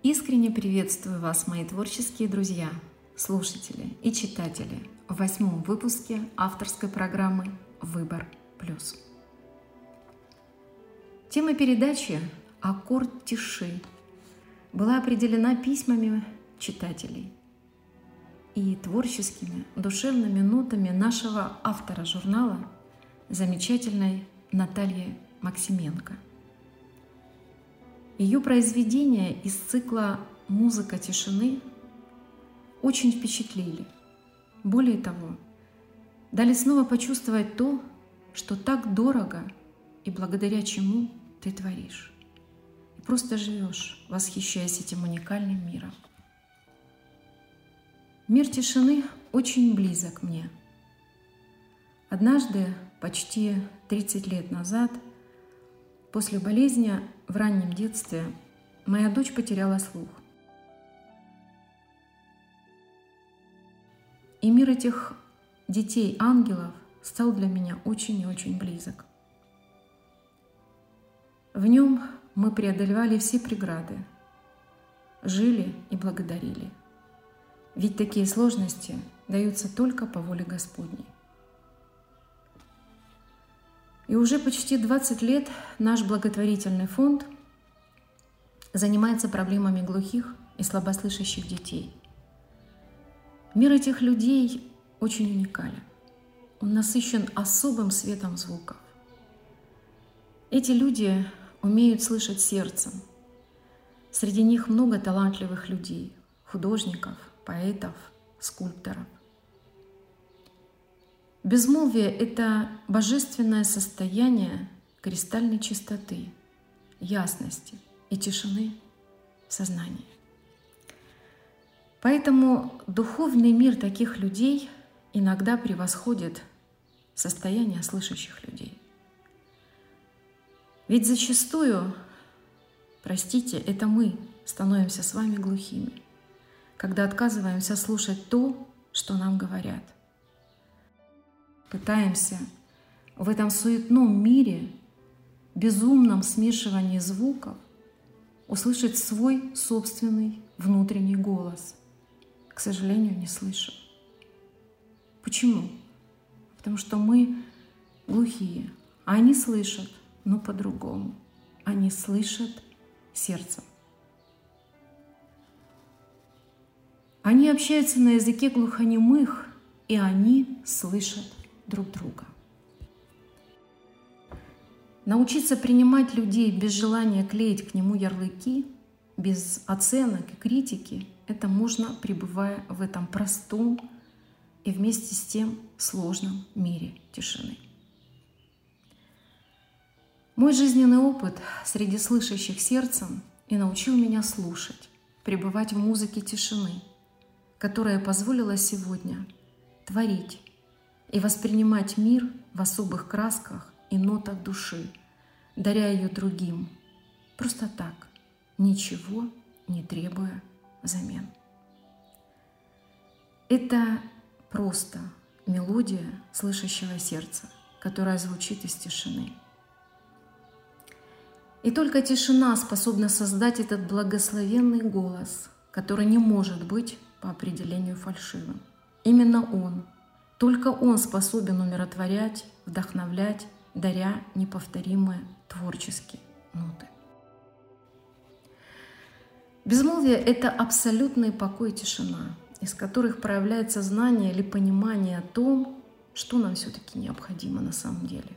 Искренне приветствую вас, мои творческие друзья, слушатели и читатели, в 8-м выпуске авторской программы «Выбор плюс». Тема передачи «Аккорд тиши» была определена письмами читателей и творческими душевными нотами нашего автора журнала, замечательной Натальи Максименко. Ее произведения из цикла «Музыка тишины» очень впечатлили. Более того, дали снова почувствовать то, что так дорого и благодаря чему ты творишь. И просто живешь, восхищаясь этим уникальным миром. Мир тишины очень близок мне. Однажды, почти 30 лет назад, после болезни в раннем детстве моя дочь потеряла слух. И мир этих детей-ангелов стал для меня очень и очень близок. В нем мы преодолевали все преграды, жили и благодарили. Ведь такие сложности даются только по воле Господней. И уже почти 20 лет наш благотворительный фонд занимается проблемами глухих и слабослышащих детей. Мир этих людей очень уникален. Он насыщен особым светом звуков. Эти люди умеют слышать сердцем. Среди них много талантливых людей, художников, поэтов, скульпторов. Безмолвие — это божественное состояние кристальной чистоты, ясности и тишины в сознании. Поэтому духовный мир таких людей иногда превосходит состояние слышащих людей. Ведь зачастую, простите, это мы становимся с вами глухими, когда отказываемся слушать то, что нам говорят. Пытаемся в этом суетном мире, безумном смешивании звуков услышать свой собственный внутренний голос. К сожалению, не слышим. Почему? Потому что мы глухие, а они слышат, но по-другому. Они слышат сердцем. Они общаются на языке глухонемых, и они слышат друг друга. Научиться принимать людей без желания клеить к нему ярлыки, без оценок и критики, это можно, пребывая в этом простом и вместе с тем сложном мире тишины. Мой жизненный опыт среди слышащих сердцем и научил меня слушать, пребывать в музыке тишины, которая позволила сегодня творить и воспринимать мир в особых красках и нотах души, даря ее другим, просто так, ничего не требуя взамен. Это просто мелодия слышащего сердца, которая звучит из тишины. И только тишина способна создать этот благословенный голос, который не может быть по определению фальшивым. Именно он, только он способен умиротворять, вдохновлять, даря неповторимые творческие ноты. Безмолвие — это абсолютный покой и тишина, из которых проявляется знание или понимание о том, что нам все-таки необходимо на самом деле.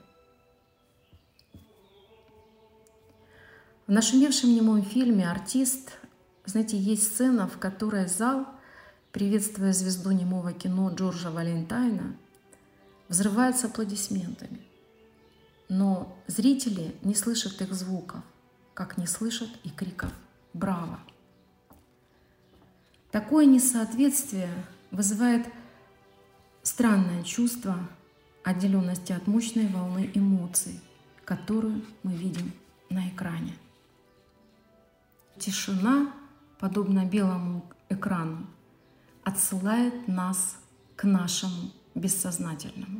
В нашумевшем немом фильме «Артист», знаете, есть сцена, в которой зал, приветствуя звезду немого кино Джорджа Валентайна, взрывается аплодисментами. Но зрители не слышат их звуков, как не слышат и криков «Браво!». Такое несоответствие вызывает странное чувство отделенности от мощной волны эмоций, которую мы видим на экране. Тишина, подобно белому экрану, отсылает нас к нашему бессознательному.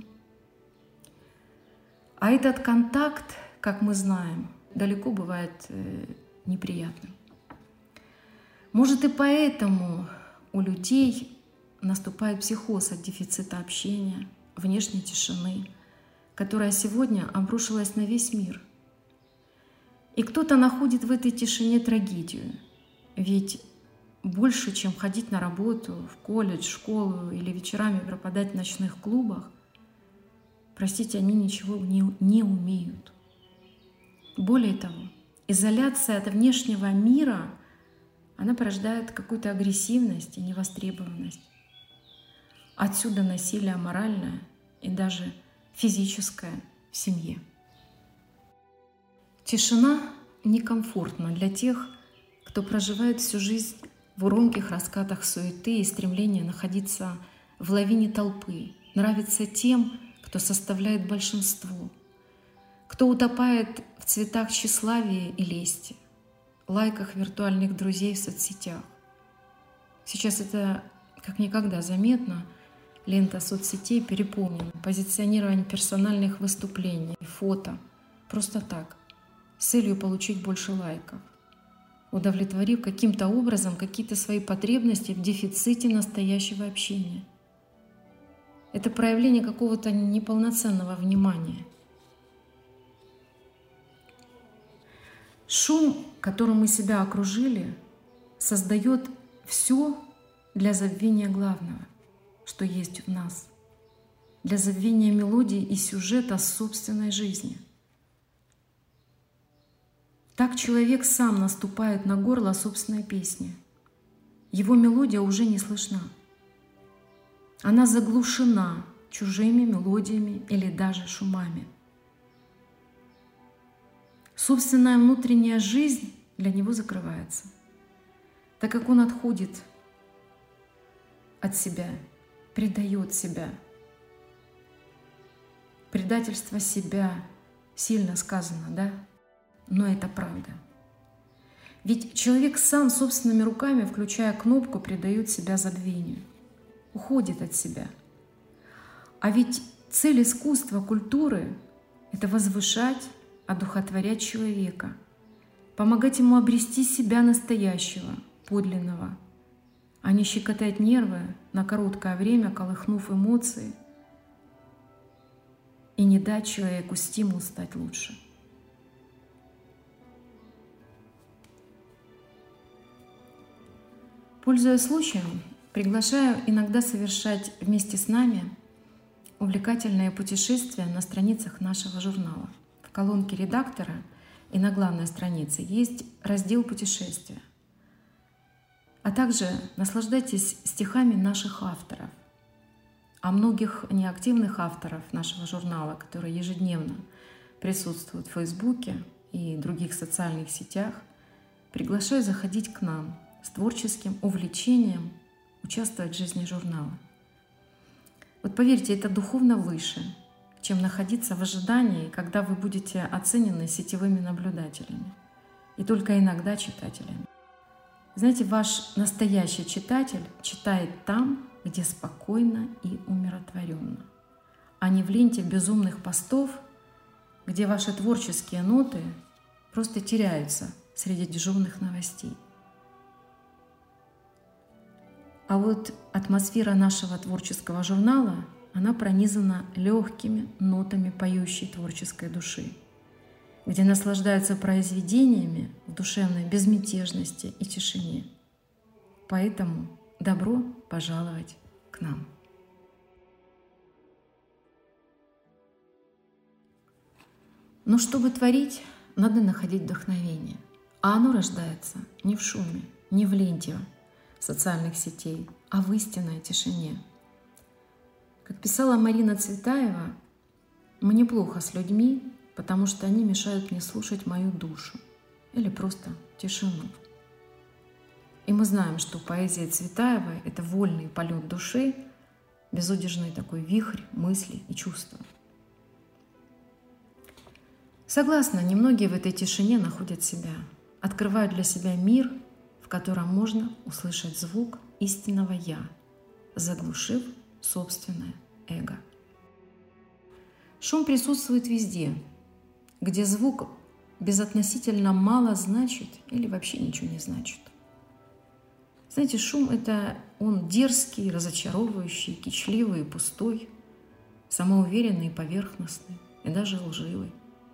А этот контакт, как мы знаем, далеко бывает неприятным. Может, и поэтому у людей наступает психоз от дефицита общения, внешней тишины, которая сегодня обрушилась на весь мир. И кто-то находит в этой тишине трагедию. Ведь больше, чем ходить на работу, в колледж, школу или вечерами пропадать в ночных клубах, простите, они ничего не умеют. Более того, изоляция от внешнего мира, она порождает какую-то агрессивность и невостребованность. Отсюда насилие моральное и даже физическое в семье. Тишина некомфортна для тех, кто проживает всю жизнь в громких раскатах суеты и стремления находиться в лавине толпы, нравится тем, кто составляет большинство, кто утопает в цветах тщеславия и лести, лайках виртуальных друзей в соцсетях. Сейчас это как никогда заметно. Лента соцсетей переполнена позиционированием персональных выступлений, фото, просто так, с целью получить больше лайков, удовлетворив каким-то образом какие-то свои потребности в дефиците настоящего общения. Это проявление какого-то неполноценного внимания. Шум, которым мы себя окружили, создает все для забвения главного, что есть в нас, для забвения мелодии и сюжета собственной жизни. Так человек сам наступает на горло собственной песни. Его мелодия уже не слышна. Она заглушена чужими мелодиями или даже шумами. Собственная внутренняя жизнь для него закрывается, так как он отходит от себя, предает себя. Предательство себя сильно сказано, да? Но это правда. Ведь человек сам собственными руками, включая кнопку, предает себя забвению, уходит от себя. А ведь цель искусства, культуры — это возвышать, одухотворять человека, помогать ему обрести себя настоящего, подлинного, а не щекотать нервы на короткое время, колыхнув эмоции, и не дать человеку стимул стать лучше. Пользуясь случаем, приглашаю иногда совершать вместе с нами увлекательные путешествия на страницах нашего журнала. В колонке редактора и на главной странице есть раздел «Путешествия». А также наслаждайтесь стихами наших авторов. А многих неактивных авторов нашего журнала, которые ежедневно присутствуют в Фейсбуке и других социальных сетях, приглашаю заходить к нам с творческим увлечением, участвовать в жизни журнала. Вот поверьте, это духовно выше, чем находиться в ожидании, когда вы будете оценены сетевыми наблюдателями и только иногда читателями. Знаете, ваш настоящий читатель читает там, где спокойно и умиротворенно, а не в ленте безумных постов, где ваши творческие ноты просто теряются среди дежурных новостей. А вот атмосфера нашего творческого журнала, она пронизана легкими нотами поющей творческой души, где наслаждаются произведениями в душевной безмятежности и тишине. Поэтому добро пожаловать к нам. Но чтобы творить, надо находить вдохновение. А оно рождается не в шуме, не в ленте социальных сетей, а в истинной тишине. Как писала Марина Цветаева, «Мне плохо с людьми, потому что они мешают мне слушать мою душу или просто тишину». И мы знаем, что поэзия Цветаевой — это вольный полет души, безудержный такой вихрь мыслей и чувств. Согласна, немногие в этой тишине находят себя, открывают для себя мир, в котором можно услышать звук истинного «я», заглушив собственное эго. Шум присутствует везде, где звук безотносительно мало значит или вообще ничего не значит. Знаете, шум — он дерзкий, разочаровывающий, кичливый и пустой, самоуверенный и поверхностный, и даже лживый.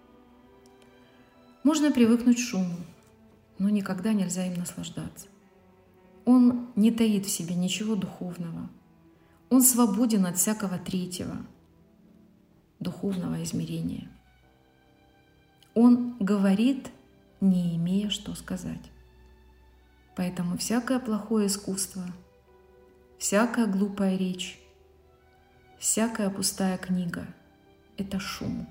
Можно привыкнуть к шуму, но никогда нельзя им наслаждаться. Он не таит в себе ничего духовного. Он свободен от всякого третьего духовного измерения. Он говорит, не имея что сказать. Поэтому всякое плохое искусство, всякая глупая речь, всякая пустая книга — это шум.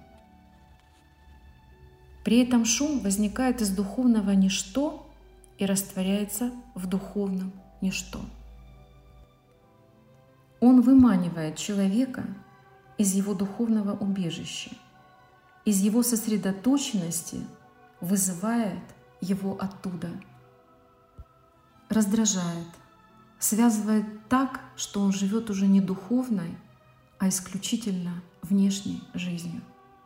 При этом шум возникает из духовного ничто и растворяется в духовном ничто. Он выманивает человека из его духовного убежища, из его сосредоточенности вызывает его оттуда, раздражает, связывает так, что он живет уже не духовной, а исключительно внешней жизнью.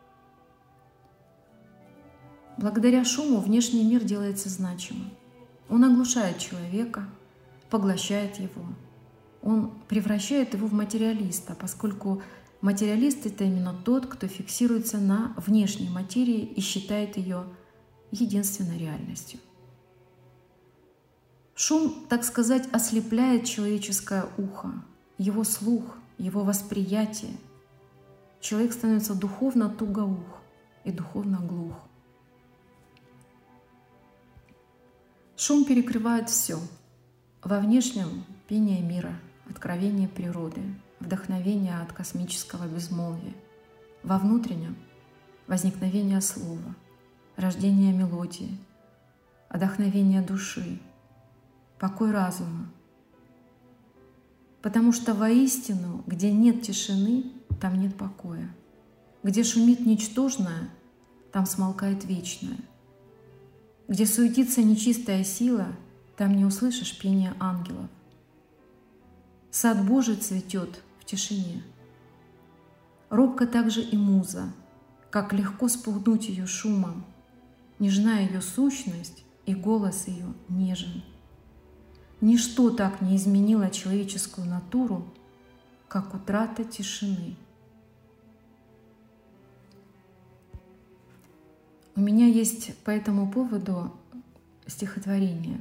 Благодаря шуму внешний мир делается значимым. Он оглушает человека, поглощает его. Он превращает его в материалиста, поскольку материалист — это именно тот, кто фиксируется на внешней материи и считает ее единственной реальностью. Шум, так сказать, ослепляет человеческое ухо, его слух, его восприятие. Человек становится духовно тугоух и духовно глух. Шум перекрывает все. Во внешнем — пение мира, откровение природы, вдохновение от космического безмолвия. Во внутреннем — возникновение слова, рождение мелодии, отдохновение души, покой разума. Потому что воистину, где нет тишины, там нет покоя. Где шумит ничтожное, там смолкает вечное. Где суетится нечистая сила, там не услышишь пения ангелов. Сад Божий цветет в тишине. Робко также и муза, как легко спугнуть ее шумом. Нежна ее сущность, и голос ее нежен. Ничто так не изменило человеческую натуру, как утрата тишины. У меня есть по этому поводу стихотворение.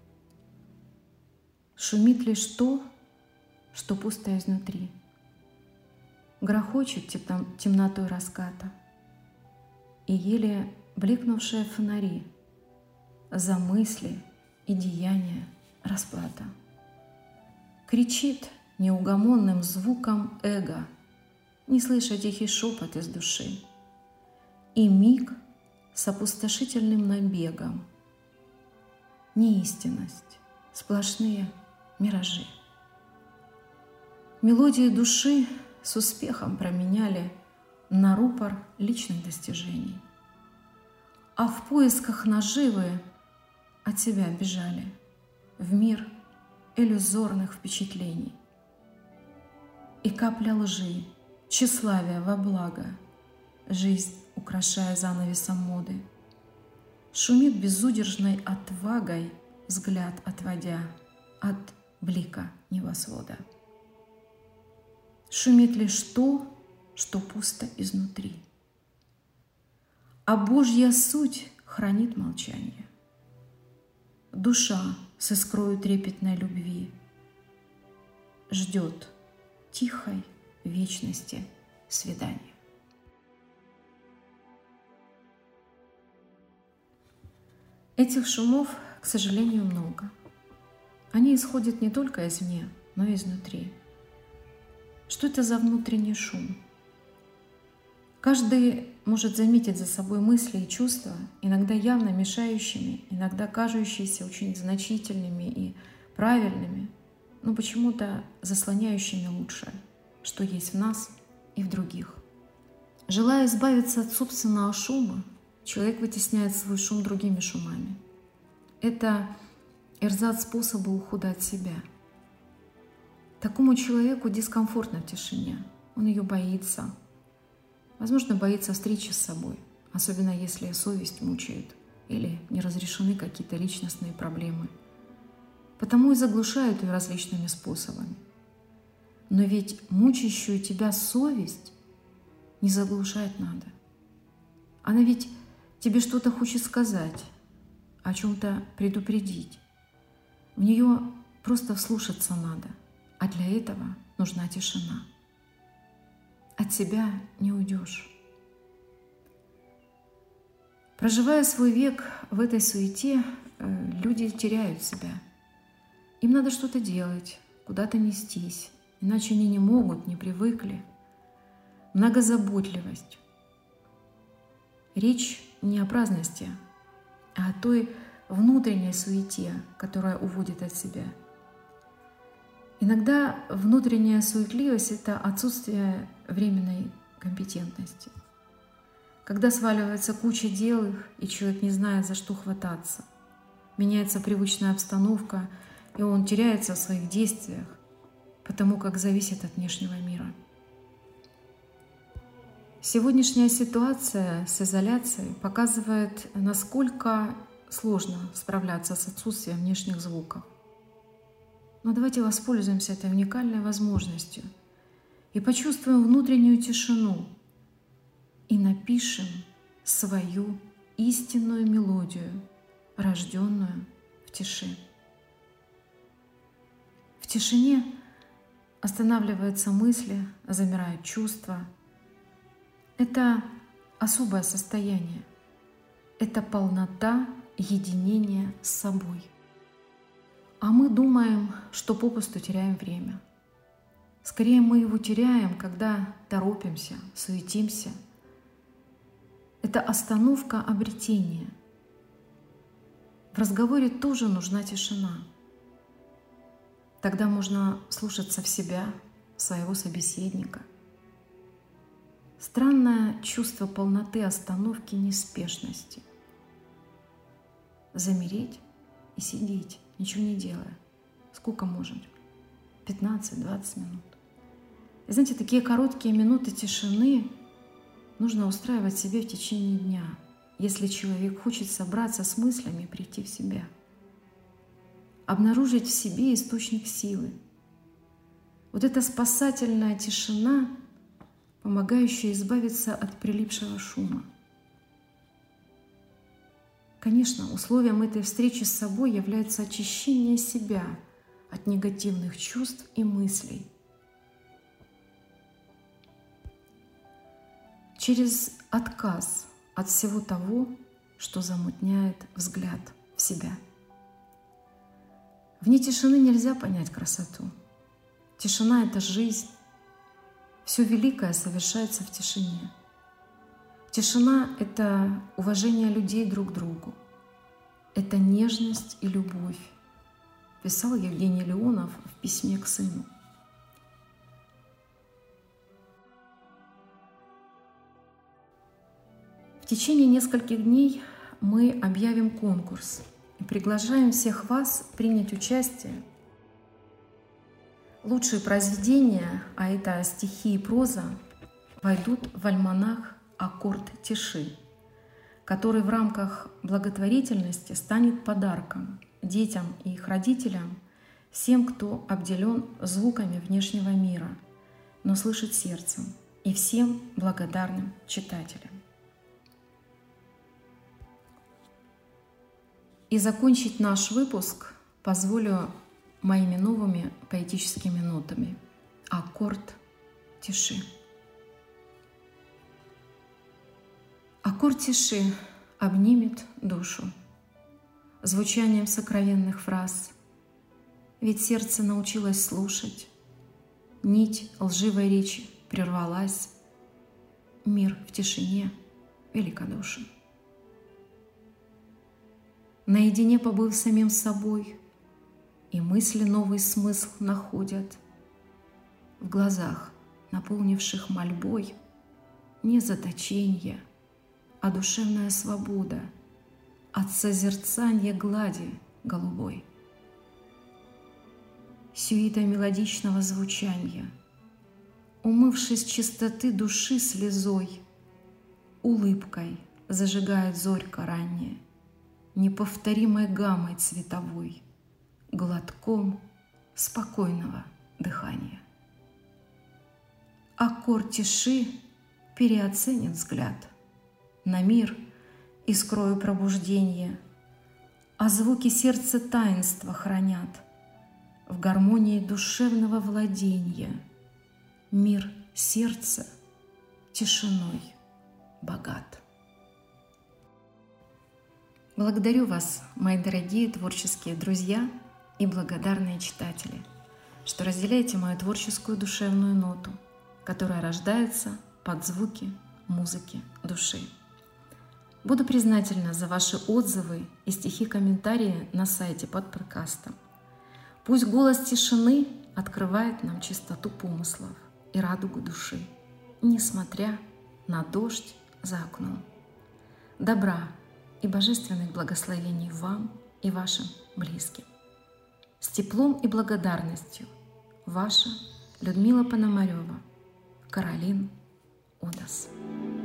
«Шумит лишь то, что пусто изнутри, грохочет темнотой раската, и еле блекнувшие фонари за мысли и деяния расплата. Кричит неугомонным звуком эго, не слыша тихий шепот из души, и миг с опустошительным набегом, неистинность, сплошные миражи. Мелодии души с успехом променяли на рупор личных достижений, а в поисках наживы от себя бежали в мир иллюзорных впечатлений. И капля лжи, тщеславия во благо, жизнь украшая занавесом моды, шумит безудержной отвагой, взгляд отводя от блика небосвода. Шумит лишь то, что пусто изнутри, а Божья суть хранит молчание. Душа с искрою трепетной любви ждет тихой вечности свидания. Этих шумов, к сожалению, много. Они исходят не только извне, но и изнутри. Что это за внутренний шум? Каждый может заметить за собой мысли и чувства, иногда явно мешающими, иногда кажущиеся очень значительными и правильными, но почему-то заслоняющими лучшее, что есть в нас и в других. Желая избавиться от собственного шума, человек вытесняет свой шум другими шумами. Это эрзац способа ухода от себя. Такому человеку дискомфортно в тишине, он ее боится. Возможно, боится встречи с собой, особенно если совесть мучает или не разрешены какие-то личностные проблемы. потому и заглушают ее различными способами. Но ведь мучающую тебя совесть не заглушать надо. Она ведь тебе что-то хочет сказать, о чем-то предупредить. В нее просто вслушаться надо, а для этого нужна тишина. От себя не уйдешь. Проживая свой век в этой суете, люди теряют себя. Им надо что-то делать, куда-то нестись, иначе они не могут, не привыкли. Многозаботливость. Речь не о праздности, а о той внутренней суете, которая уводит от себя. Иногда внутренняя суетливость — это отсутствие временной компетентности. Когда сваливается куча дел, и человек не знает, за что хвататься, меняется привычная обстановка, и он теряется в своих действиях, потому как зависит от внешнего мира. Сегодняшняя ситуация с изоляцией показывает, насколько сложно справляться с отсутствием внешних звуков. Но давайте воспользуемся этой уникальной возможностью и почувствуем внутреннюю тишину и напишем свою истинную мелодию, рожденную в тиши. В тишине останавливаются мысли, замирают чувства. Это особое состояние. Это полнота единения с собой. А мы думаем, что попусту теряем время. Скорее мы его теряем, когда торопимся, суетимся. Это остановка обретения. В разговоре тоже нужна тишина. Тогда можно слушаться в себя, в своего собеседника. Странное чувство полноты, остановки, неспешности. Замереть и сидеть, ничего не делая. Сколько может? 15-20 минут. И знаете, такие короткие минуты тишины нужно устраивать себе в течение дня, если человек хочет собраться с мыслями и прийти в себя. Обнаружить в себе источник силы. Вот эта спасательная тишина, помогающая избавиться от прилипшего шума. Конечно, условием этой встречи с собой является очищение себя от негативных чувств и мыслей. Через отказ от всего того, что замутняет взгляд в себя. Вне тишины нельзя понять красоту. Тишина — это жизнь. Все великое совершается в тишине. Тишина — это уважение людей друг к другу. Это нежность и любовь, писал Евгений Леонов в письме к сыну. В течение нескольких дней мы объявим конкурс и приглашаем всех вас принять участие. Лучшие произведения, а это стихи и проза, войдут в альманах «Аккорд тиши», который в рамках благотворительности станет подарком детям и их родителям, всем, кто обделен звуками внешнего мира, но слышит сердцем, и всем благодарным читателям. И закончить наш выпуск позволю моими новыми поэтическими нотами. Аккорд тиши. Аккорд тиши обнимет душу звучанием сокровенных фраз. Ведь сердце научилось слушать, нить лживой речи прервалась, мир в тишине великодушен. Наедине побыв самим собой, и мысли новый смысл находят. В глазах, наполнивших мольбой, не заточенье, а душевная свобода от созерцания глади голубой. Сюита мелодичного звучания, умывшись чистоты души слезой, улыбкой зажигает зорька ранняя, неповторимой гаммой цветовой, глотком спокойного дыхания. Аккорд тиши переоценит взгляд на мир искрою пробуждения, а звуки сердца таинства хранят в гармонии душевного владения. Мир сердца тишиной богат. Благодарю вас, мои дорогие творческие друзья и благодарные читатели, что разделяете мою творческую душевную ноту, которая рождается под звуки музыки души. Буду признательна за ваши отзывы и стихи-комментарии на сайте под подкастом. Пусть голос тишины открывает нам чистоту помыслов и радугу души, несмотря на дождь за окном. Добра и божественных благословений вам и вашим близким. С теплом и благодарностью ваша Людмила Пономарева, Каролин Одас.